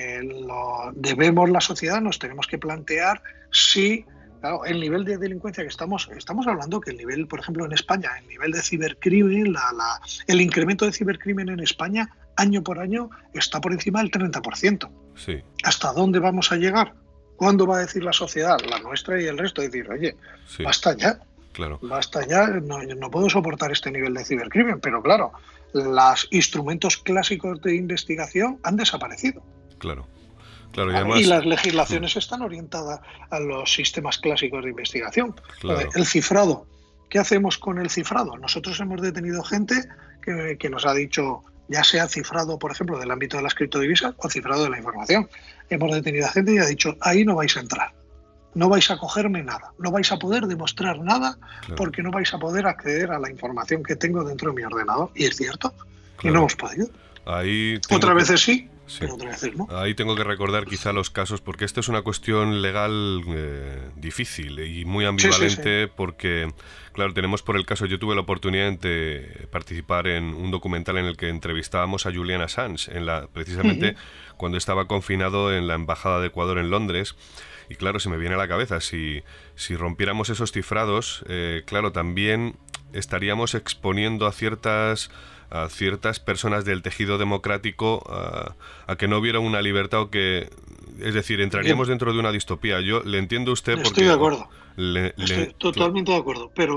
Speaker 5: la sociedad nos tenemos que plantear si, claro, el nivel de delincuencia que estamos hablando, que el nivel, por ejemplo, en España, el nivel de cibercrimen, el incremento de cibercrimen en España, año por año, está por encima del 30%.
Speaker 1: Sí.
Speaker 5: ¿Hasta dónde vamos a llegar? ¿Cuándo va a decir la sociedad, la nuestra y el resto, decir, oye,
Speaker 1: Sí.
Speaker 5: basta ya?
Speaker 1: Claro.
Speaker 5: Basta ya, no puedo soportar este nivel de cibercrimen, pero claro, los instrumentos clásicos de investigación han desaparecido.
Speaker 1: Claro. Claro, y además,
Speaker 5: las legislaciones están orientadas a los sistemas clásicos de investigación.
Speaker 1: Claro.
Speaker 5: El cifrado. ¿Qué hacemos con el cifrado? Nosotros hemos detenido gente que nos ha dicho, ya sea cifrado, por ejemplo, del ámbito de las criptodivisas o cifrado de la información. Hemos detenido a gente y ha dicho, ahí no vais a entrar. No vais a cogerme nada, no vais a poder demostrar nada,
Speaker 1: claro,
Speaker 5: porque no vais a poder acceder a la información que tengo dentro de mi ordenador. Y es cierto, y
Speaker 1: claro.
Speaker 5: no hemos podido.
Speaker 1: Ahí
Speaker 5: Otras veces sí,
Speaker 1: sí,
Speaker 5: pero otras veces no.
Speaker 1: Ahí tengo que recordar quizá los casos, porque esto es una cuestión legal difícil y muy ambivalente, sí. Porque, claro, tenemos por el caso, yo tuve la oportunidad de participar en un documental en el que entrevistábamos a Julian Assange, precisamente cuando estaba confinado en la Embajada de Ecuador en Londres. Y claro, se me viene a la cabeza, si rompiéramos esos cifrados, claro, también estaríamos exponiendo a ciertas personas del tejido democrático a que no hubiera una libertad o que... Es decir, entraríamos dentro de una distopía. Yo le entiendo a usted porque...
Speaker 5: Estoy de acuerdo. Estoy totalmente de acuerdo. Pero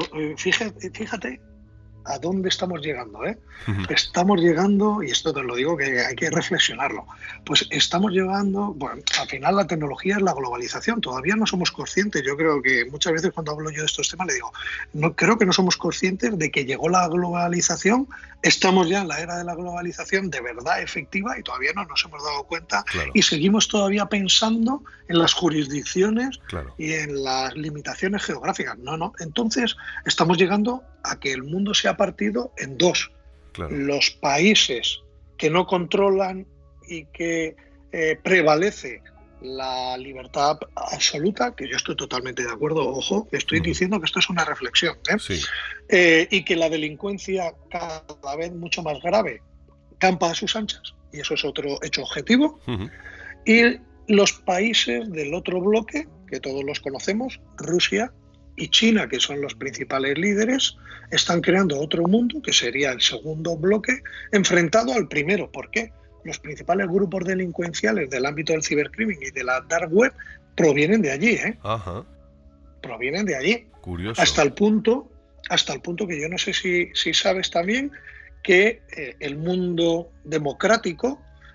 Speaker 5: fíjate a dónde estamos llegando, ¿eh? Estamos llegando, y esto te lo digo que hay que reflexionarlo, pues estamos llegando, bueno, al final la tecnología es la globalización, todavía no somos conscientes. Yo creo que muchas veces cuando hablo yo de estos temas le digo, creo que no somos conscientes de que llegó la globalización, estamos ya en la era de la globalización de verdad efectiva y todavía no nos hemos dado cuenta, claro. Y seguimos todavía pensando en las jurisdicciones, claro, y en las limitaciones geográficas. No, entonces estamos llegando a que el mundo se ha partido en dos. Claro. Los países que no controlan y que prevalece la libertad absoluta, que yo estoy totalmente de acuerdo, ojo, estoy diciendo que esto es una reflexión,
Speaker 1: sí.
Speaker 5: Y que la delincuencia cada vez mucho más grave campa a sus anchas, y eso es otro hecho objetivo, y los países del otro bloque, que todos los conocemos, Rusia y China, que son los principales líderes, están creando otro mundo, que sería el segundo bloque, enfrentado al primero. ¿Por qué? Los principales grupos delincuenciales del ámbito del cibercrimen y de la dark web provienen de allí, ¿eh?
Speaker 1: Ajá.
Speaker 5: Provienen de allí.
Speaker 1: Curioso.
Speaker 5: Hasta el punto que yo no sé si sabes también que el mundo democrático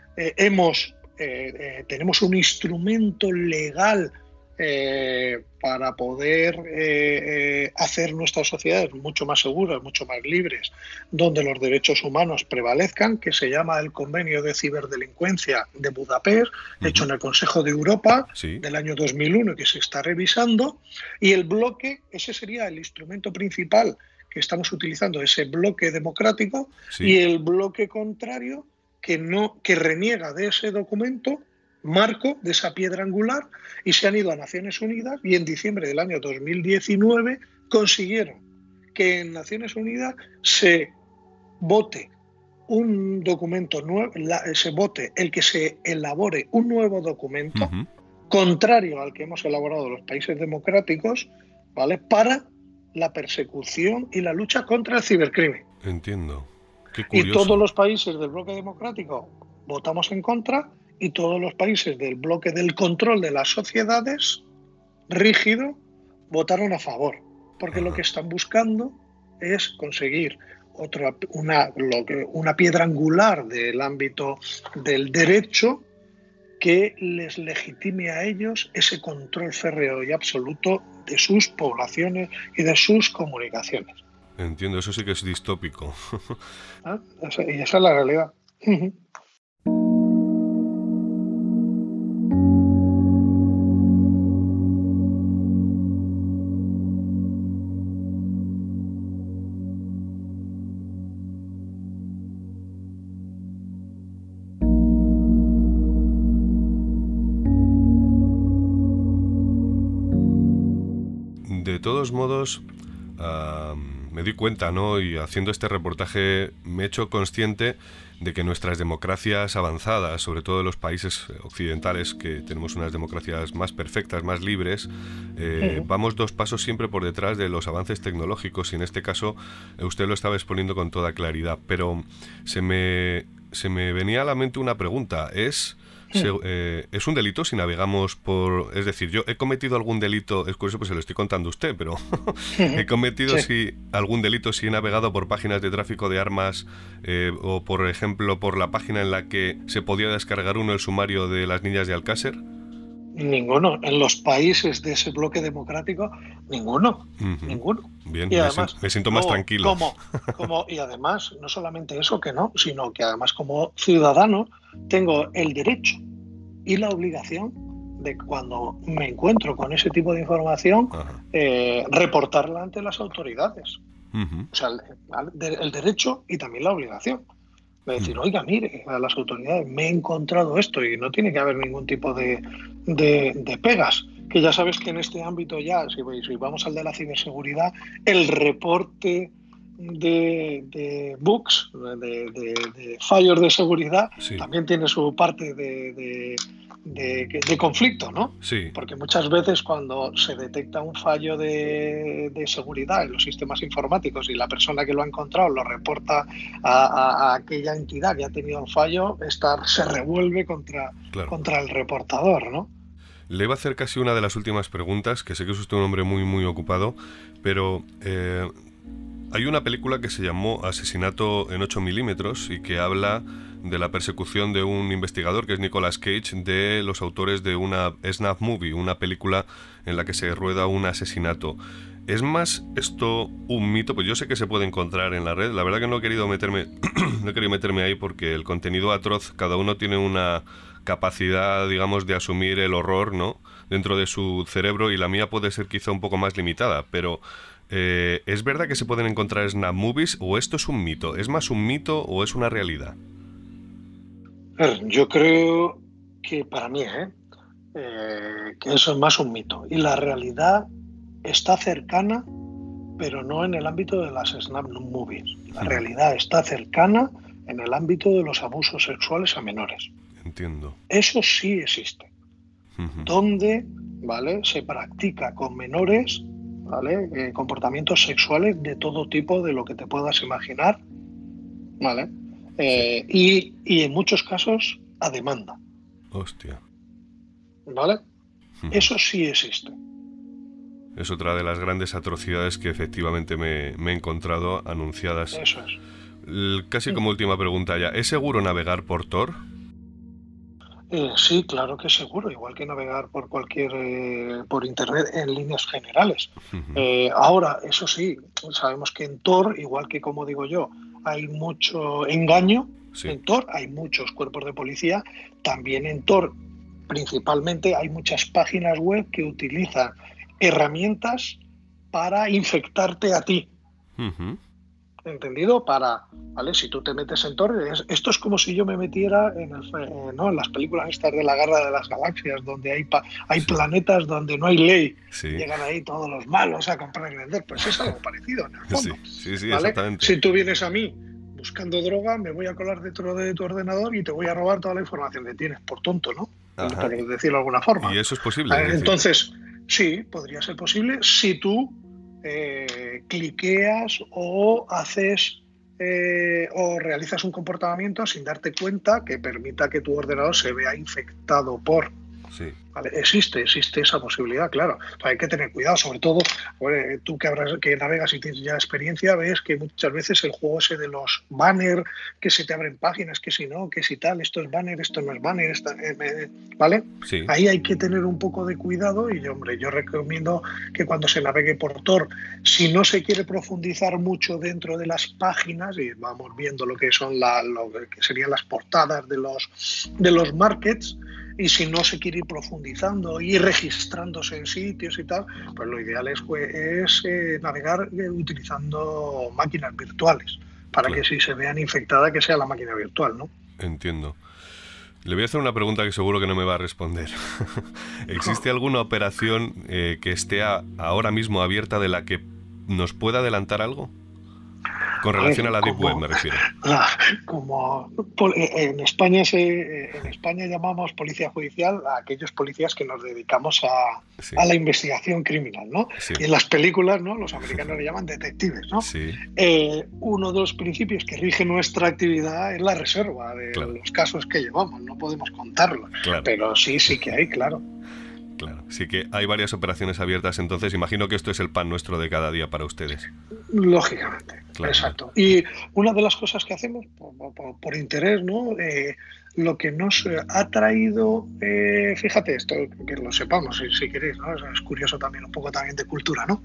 Speaker 5: tenemos un instrumento legal para poder hacer nuestras sociedades mucho más seguras, mucho más libres, donde los derechos humanos prevalezcan, que se llama el Convenio de Ciberdelincuencia de Budapest, hecho en el Consejo de Europa, sí, del año 2001, que se está revisando, y el bloque, ese sería el instrumento principal que estamos utilizando, ese bloque democrático, sí, y el bloque contrario que reniega de ese documento marco, de esa piedra angular, y se han ido a Naciones Unidas, y en diciembre del año 2019 consiguieron que en Naciones Unidas se vote un documento nuevo, el que se elabore un nuevo documento contrario al que hemos elaborado los países democráticos, ¿vale?, para la persecución y la lucha contra el cibercrimen.
Speaker 1: Entiendo. Qué curioso.
Speaker 5: Y todos los países del bloque democrático votamos en contra, y todos los países del bloque del control de las sociedades, rígido, votaron a favor, porque lo que están buscando es conseguir una piedra angular del ámbito del derecho que les legitime a ellos ese control férreo y absoluto de sus poblaciones y de sus comunicaciones.
Speaker 1: Entiendo, eso sí que es distópico.
Speaker 5: Y esa es la realidad.
Speaker 1: De todos modos, me di cuenta, ¿no? Y haciendo este reportaje me he hecho consciente de que nuestras democracias avanzadas, sobre todo en los países occidentales, que tenemos unas democracias más perfectas, más libres, vamos 2 pasos siempre por detrás de los avances tecnológicos, y en este caso usted lo estaba exponiendo con toda claridad, pero se me venía a la mente una pregunta. ¿Es un delito si navegamos por...? Es decir, yo he cometido algún delito, es curioso, pues se lo estoy contando a usted, pero he cometido algún delito si he navegado por páginas de tráfico de armas, o por ejemplo por la página en la que se podía descargar el sumario de las niñas de Alcácer.
Speaker 5: Ninguno. En los países de ese bloque democrático, ninguno. Ninguno.
Speaker 1: Bien,
Speaker 5: y además,
Speaker 1: me siento más tranquilo.
Speaker 5: Y además, no solamente eso que no, sino que además como ciudadano tengo el derecho y la obligación de, cuando me encuentro con ese tipo de información, reportarla ante las autoridades. O sea, el derecho y también la obligación. De decir, oiga, mire, a las autoridades me he encontrado esto, y no tiene que haber ningún tipo de pegas. Que ya sabes que en este ámbito ya, si vamos al de la ciberseguridad, el reporte de bugs, de fallos de seguridad, también tiene su parte de conflicto, ¿no?
Speaker 1: Sí.
Speaker 5: Porque muchas veces cuando se detecta un fallo de seguridad en los sistemas informáticos y la persona que lo ha encontrado lo reporta a aquella entidad que ha tenido el fallo, se revuelve contra el reportador, ¿no?
Speaker 1: Le iba a hacer casi una de las últimas preguntas, que sé que es usted un hombre muy, muy ocupado, pero hay una película que se llamó Asesinato en 8 milímetros y que habla de la persecución de un investigador, que es Nicolas Cage, de los autores de una snuff movie, una película en la que se rueda un asesinato. ¿Es más esto un mito? Pues yo sé que se puede encontrar en la red. La verdad que no he querido meterme ahí porque el contenido atroz, cada uno tiene una capacidad, digamos, de asumir el horror, ¿no?, dentro de su cerebro, y la mía puede ser quizá un poco más limitada, pero ¿es verdad que se pueden encontrar snuff movies o esto es un mito? ¿Es más un mito o es una realidad?
Speaker 5: Yo creo que para mí que eso es más un mito, y la realidad está cercana, pero no en el ámbito de las snuff movies. La realidad está cercana en el ámbito de los abusos sexuales a menores.
Speaker 1: Entiendo.
Speaker 5: Eso sí existe. Donde, ¿vale?, se practica con menores, ¿vale?, comportamientos sexuales de todo tipo, de lo que te puedas imaginar, ¿vale? Y en muchos casos a demanda.
Speaker 1: Hostia.
Speaker 5: ¿Vale? Eso sí existe.
Speaker 1: Es otra de las grandes atrocidades que efectivamente me he encontrado anunciadas.
Speaker 5: Eso es.
Speaker 1: Casi como última pregunta ya, ¿es seguro navegar por Tor?
Speaker 5: Sí, claro que es seguro, igual que navegar por por internet en líneas generales. Ahora, eso sí, sabemos que en Tor, igual que como digo yo, hay mucho engaño. Sí. En Tor hay muchos cuerpos de policía. También en Tor, principalmente, hay muchas páginas web que utilizan herramientas para infectarte a ti. ¿Entendido? ¿Vale? Si tú te metes en Tor, esto es como si yo me metiera en las películas estas de la Guerra de las Galaxias, donde hay planetas donde no hay ley. Sí. Llegan ahí todos los malos a comprar y vender. Pues es algo parecido, en el fondo.
Speaker 1: Sí,
Speaker 5: ¿vale?
Speaker 1: Exactamente.
Speaker 5: Si tú vienes a mí buscando droga, me voy a colar dentro de tu ordenador y te voy a robar toda la información que tienes, por tonto, ¿no?
Speaker 1: Ajá.
Speaker 5: Por decirlo de alguna forma.
Speaker 1: ¿Y eso es posible?
Speaker 5: Entonces, sí, podría ser posible si tú cliqueas o haces o realizas un comportamiento sin darte cuenta que permita que tu ordenador se vea infectado por...
Speaker 1: Sí.
Speaker 5: ¿Vale? Existe esa posibilidad, claro. Hay que tener cuidado, sobre todo tú que navegas y tienes ya experiencia, ves que muchas veces el juego ese de los banners, que se te abren páginas, que si no, que si tal, esto es banner, esto no es banner, ¿vale?
Speaker 1: Sí.
Speaker 5: Ahí hay que tener un poco de cuidado y, hombre, yo recomiendo que cuando se navegue por Tor, si no se quiere profundizar mucho dentro de las páginas, y vamos viendo lo que son lo que serían las portadas de los markets, y si no se quiere ir profundizando y registrándose en sitios y tal, pues lo ideal es navegar utilizando máquinas virtuales, para que si se vean infectada, que sea la máquina virtual, ¿no?
Speaker 1: Entiendo. Le voy a hacer una pregunta que seguro que no me va a responder. ¿Existe alguna operación que esté ahora mismo abierta de la que nos pueda adelantar algo? Con relación a la Deep Web me refiero.
Speaker 5: Como en España llamamos policía judicial a aquellos policías que nos dedicamos a la investigación criminal, ¿no? Sí. Y en las películas, ¿no? Los americanos le llaman detectives, ¿no?
Speaker 1: Sí.
Speaker 5: Uno de los principios que rige nuestra actividad es la reserva de los casos que llevamos. No podemos contarlos, pero sí que hay, claro.
Speaker 1: Claro, sí que hay varias operaciones abiertas, entonces imagino que esto es el pan nuestro de cada día para ustedes.
Speaker 5: Lógicamente, exacto. Y una de las cosas que hacemos, por interés, ¿no? Lo que nos ha traído, fíjate esto, que lo sepamos si queréis, ¿no? Es curioso también, un poco también de cultura, ¿no?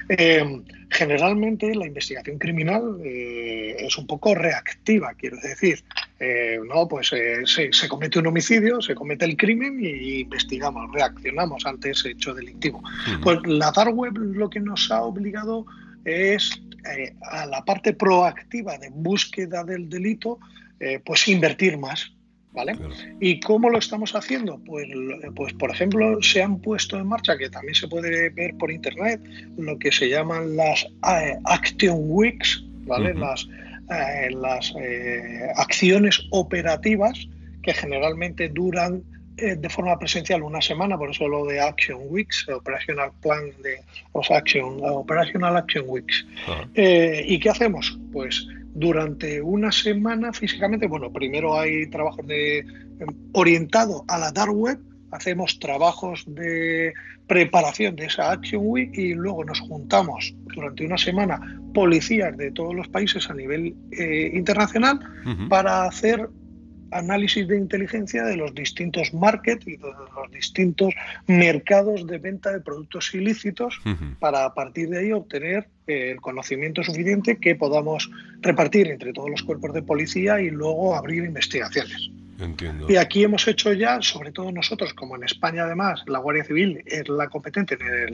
Speaker 5: Generalmente la investigación criminal es un poco reactiva, quiero decir, ¿no? Pues se comete un homicidio, se comete el crimen y investigamos, reaccionamos ante ese hecho delictivo. Uh-huh. Pues la Dark Web lo que nos ha obligado es a la parte proactiva de búsqueda del delito, pues invertir más. ¿Vale? Claro. ¿Y cómo lo estamos haciendo? Pues, por ejemplo, se han puesto en marcha, que también se puede ver por internet, lo que se llaman las Action Weeks, ¿vale? Uh-huh. Las acciones operativas que generalmente duran de forma presencial una semana, por eso lo de Action Weeks, Operational Plan de los Operational Action Weeks. Uh-huh. ¿Y qué hacemos? Pues durante una semana físicamente, bueno, primero hay trabajos orientado a la Dark Web, hacemos trabajos de preparación de esa Action Week y luego nos juntamos durante una semana policías de todos los países a nivel internacional uh-huh. para hacer análisis de inteligencia de los distintos markets y de los distintos mercados de venta de productos ilícitos uh-huh. para a partir de ahí obtener el conocimiento suficiente que podamos repartir entre todos los cuerpos de policía y luego abrir investigaciones.
Speaker 1: Entiendo.
Speaker 5: Y aquí hemos hecho ya, sobre todo nosotros, como en España además, la Guardia Civil es la competente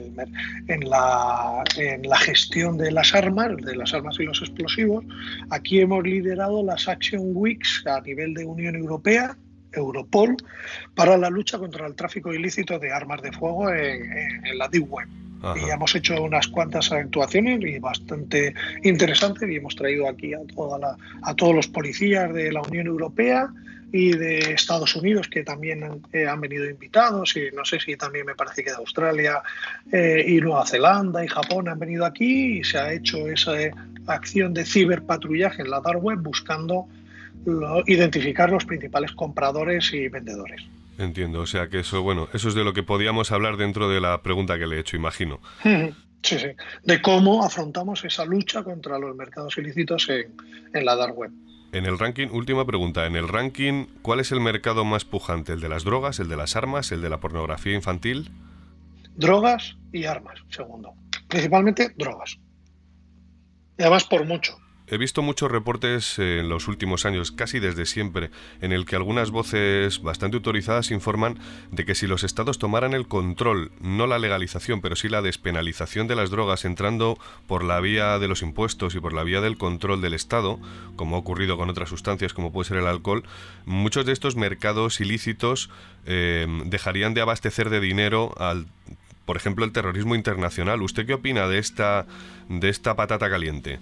Speaker 5: en la gestión de las armas y los explosivos. Aquí hemos liderado las Action Weeks a nivel de Unión Europea, Europol, para la lucha contra el tráfico ilícito de armas de fuego en la Deep Web. Ajá. Y hemos hecho unas cuantas actuaciones y bastante interesantes y hemos traído aquí a todos los policías de la Unión Europea y de Estados Unidos, que también han venido invitados, y no sé si también me parece que de Australia y Nueva Zelanda y Japón han venido aquí, y se ha hecho esa acción de ciberpatrullaje en la Dark Web buscando identificar los principales compradores y vendedores.
Speaker 1: Entiendo, o sea que eso es de lo que podíamos hablar dentro de la pregunta que le he hecho, imagino.
Speaker 5: Sí, de cómo afrontamos esa lucha contra los mercados ilícitos en la Dark Web.
Speaker 1: En el ranking, última pregunta, en el ranking, ¿cuál es el mercado más pujante? ¿El de las drogas, el de las armas, el de la pornografía infantil?
Speaker 5: Drogas y armas, segundo. Principalmente drogas. Y además por mucho.
Speaker 1: He visto muchos reportes en los últimos años, casi desde siempre, en el que algunas voces bastante autorizadas informan de que si los estados tomaran el control, no la legalización, pero sí la despenalización de las drogas, entrando por la vía de los impuestos y por la vía del control del Estado, como ha ocurrido con otras sustancias como puede ser el alcohol, muchos de estos mercados ilícitos dejarían de abastecer de dinero por ejemplo, el terrorismo internacional. ¿Usted qué opina de esta patata caliente?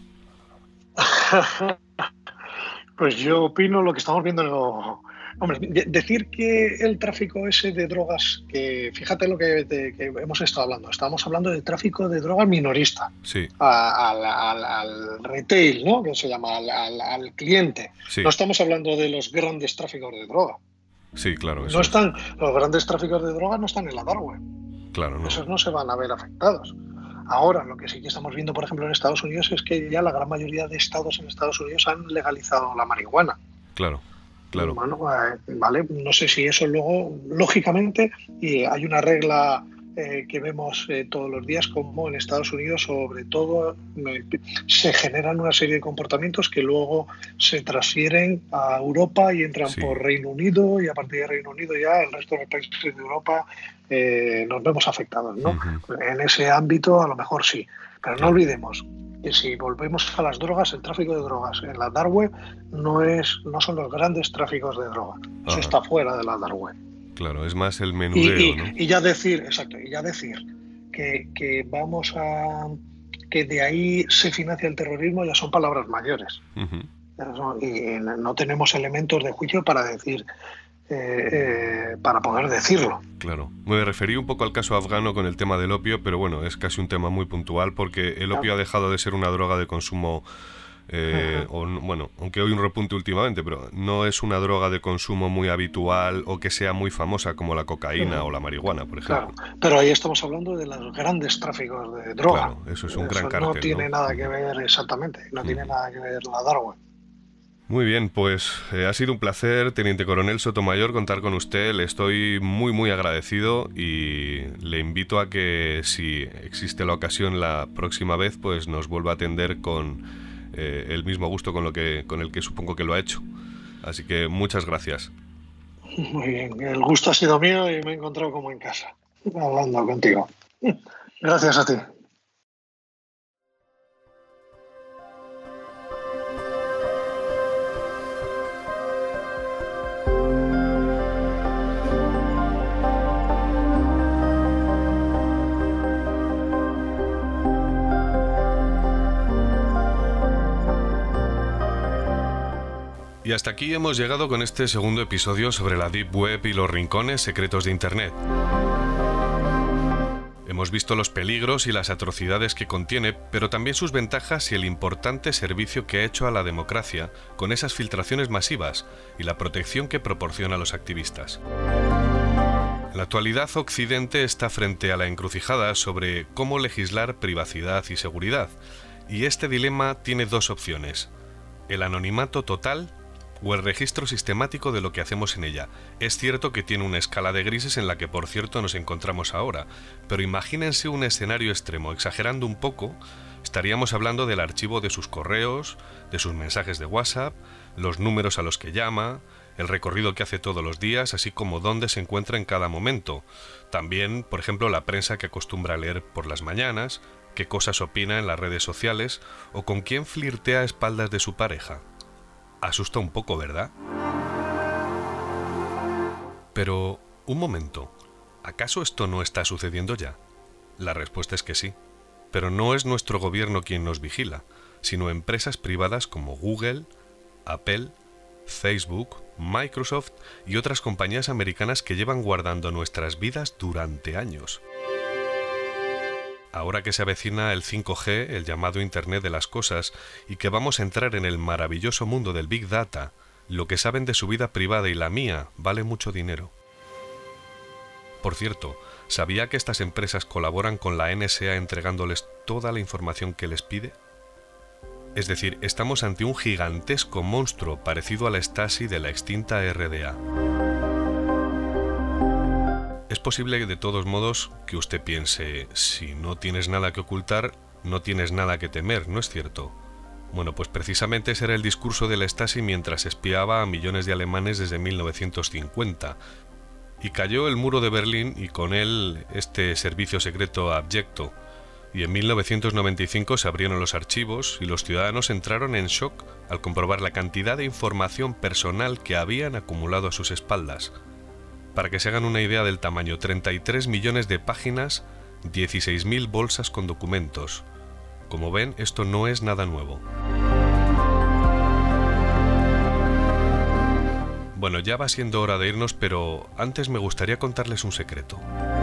Speaker 5: Pues yo opino lo que estamos viendo. Hombre, decir que el tráfico ese de drogas, que fíjate lo que hemos estado hablando, estábamos hablando de tráfico de drogas minorista,
Speaker 1: sí.
Speaker 5: al retail, ¿no? Que se llama al cliente.
Speaker 1: Sí.
Speaker 5: No estamos hablando de los grandes tráficos de droga.
Speaker 1: Sí, claro.
Speaker 5: Los grandes tráficos de droga no están en la Dark Web.
Speaker 1: Claro, no.
Speaker 5: Esos no se van a ver afectados. Ahora, lo que sí que estamos viendo, por ejemplo, en Estados Unidos es que ya la gran mayoría de estados en Estados Unidos han legalizado la marihuana.
Speaker 1: Claro.
Speaker 5: Bueno, vale, no sé si eso luego, lógicamente, y hay una regla que vemos todos los días, como en Estados Unidos, sobre todo, se generan una serie de comportamientos que luego se transfieren a Europa y entran por Reino Unido, y a partir de Reino Unido ya el resto de los países de Europa nos vemos afectados, ¿no? Uh-huh. En ese ámbito a lo mejor sí, pero no olvidemos que si volvemos a las drogas, el tráfico de drogas en la Dark Web no son los grandes tráficos de droga. Eso está fuera de la Dark Web.
Speaker 1: Claro, es más el menudeo, ¿no?
Speaker 5: Y ya decir que que de ahí se financia el terrorismo ya son palabras mayores. Y no tenemos elementos de juicio para decir, para poder decirlo.
Speaker 1: Claro. Me referí un poco al caso afgano con el tema del opio, pero bueno, es casi un tema muy puntual porque el opio ha dejado de ser una droga de consumo, bueno, aunque hoy un repunte últimamente, pero no es una droga de consumo muy habitual o que sea muy famosa como la cocaína o la marihuana, por ejemplo.
Speaker 5: Claro, pero ahí estamos hablando de los grandes tráficos de droga.
Speaker 1: Claro, eso es un gran cártel.
Speaker 5: No tiene nada que ver, exactamente, no tiene nada que ver la droga.
Speaker 1: Muy bien, pues ha sido un placer, Teniente Coronel Sotomayor, contar con usted. Le estoy muy agradecido y le invito a que, si existe la ocasión la próxima vez, pues nos vuelva a atender con el mismo gusto con el que supongo que lo ha hecho. Así que muchas gracias.
Speaker 5: Muy bien, el gusto ha sido mío y me he encontrado como en casa, hablando contigo. Gracias a ti.
Speaker 1: Y hasta aquí hemos llegado con este segundo episodio sobre la Deep Web y los rincones secretos de Internet. Hemos visto los peligros y las atrocidades que contiene, pero también sus ventajas y el importante servicio que ha hecho a la democracia con esas filtraciones masivas y la protección que proporciona a los activistas. En la actualidad, Occidente está frente a la encrucijada sobre cómo legislar privacidad y seguridad, y este dilema tiene dos opciones: el anonimato total o el registro sistemático de lo que hacemos en ella. Es cierto que tiene una escala de grises en la que, por cierto, nos encontramos ahora, pero imagínense un escenario extremo. Exagerando un poco, estaríamos hablando del archivo de sus correos, de sus mensajes de WhatsApp, los números a los que llama, el recorrido que hace todos los días, así como dónde se encuentra en cada momento. También, por ejemplo, la prensa que acostumbra a leer por las mañanas, qué cosas opina en las redes sociales o con quién flirtea a espaldas de su pareja. Asusta un poco, ¿verdad? Pero, un momento, ¿acaso esto no está sucediendo ya? La respuesta es que sí, pero no es nuestro gobierno quien nos vigila, sino empresas privadas como Google, Apple, Facebook, Microsoft y otras compañías americanas que llevan guardando nuestras vidas durante años. Ahora que se avecina el 5G, el llamado Internet de las Cosas, y que vamos a entrar en el maravilloso mundo del Big Data, lo que saben de su vida privada y la mía vale mucho dinero. Por cierto, ¿sabía que estas empresas colaboran con la NSA entregándoles toda la información que les pide? Es decir, estamos ante un gigantesco monstruo parecido a la Stasi de la extinta RDA. Es posible, de todos modos, que usted piense, si no tienes nada que ocultar, no tienes nada que temer, ¿no es cierto? Bueno, pues precisamente ese era el discurso de la Stasi mientras espiaba a millones de alemanes desde 1950. Y cayó el muro de Berlín y con él este servicio secreto abyecto. Y en 1995 se abrieron los archivos y los ciudadanos entraron en shock al comprobar la cantidad de información personal que habían acumulado a sus espaldas. Para que se hagan una idea del tamaño, 33 millones de páginas, 16.000 bolsas con documentos. Como ven, esto no es nada nuevo. Bueno, ya va siendo hora de irnos, pero antes me gustaría contarles un secreto.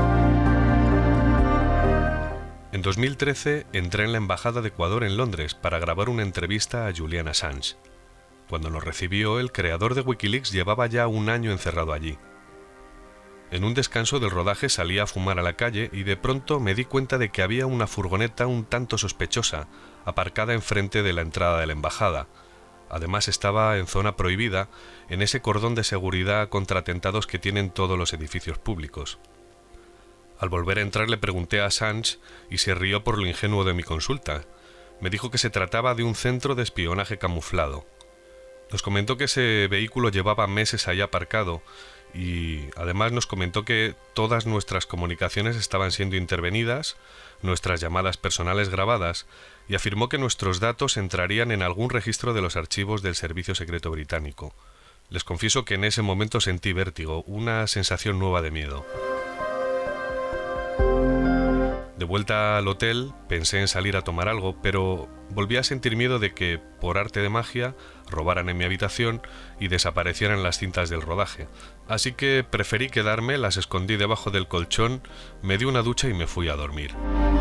Speaker 1: En 2013 entré en la Embajada de Ecuador en Londres para grabar una entrevista a Julian Assange. Cuando nos recibió, el creador de Wikileaks llevaba ya un año encerrado allí. En un descanso del rodaje salí a fumar a la calle y de pronto me di cuenta de que había una furgoneta un tanto sospechosa, aparcada enfrente de la entrada de la embajada. Además estaba en zona prohibida, en ese cordón de seguridad contra atentados que tienen todos los edificios públicos. Al volver a entrar le pregunté a Assange y se rió por lo ingenuo de mi consulta. Me dijo que se trataba de un centro de espionaje camuflado. Nos comentó que ese vehículo llevaba meses allá aparcado y además nos comentó que todas nuestras comunicaciones estaban siendo intervenidas, nuestras llamadas personales grabadas, y afirmó que nuestros datos entrarían en algún registro de los archivos del Servicio Secreto Británico. Les confieso que en ese momento sentí vértigo, una sensación nueva de miedo. De vuelta al hotel pensé en salir a tomar algo, pero volví a sentir miedo de que, por arte de magia, robaran en mi habitación y desaparecieran las cintas del rodaje. Así que preferí quedarme, las escondí debajo del colchón, me di una ducha y me fui a dormir.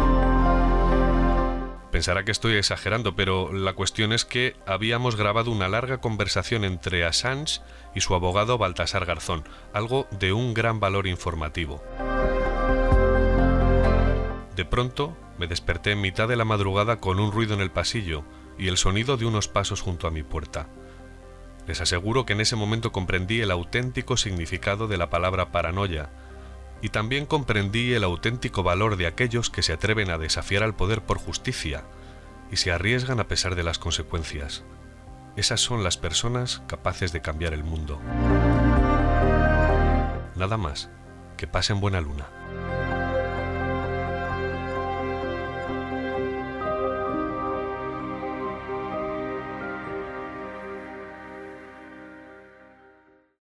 Speaker 1: Pensará que estoy exagerando, pero la cuestión es que habíamos grabado una larga conversación entre Assange y su abogado Baltasar Garzón, algo de un gran valor informativo. De pronto me desperté en mitad de la madrugada con un ruido en el pasillo y el sonido de unos pasos junto a mi puerta. Les aseguro que en ese momento comprendí el auténtico significado de la palabra paranoia, y también comprendí el auténtico valor de aquellos que se atreven a desafiar al poder por justicia y se arriesgan a pesar de las consecuencias. Esas son las personas capaces de cambiar el mundo. Nada más, que pasen buena luna.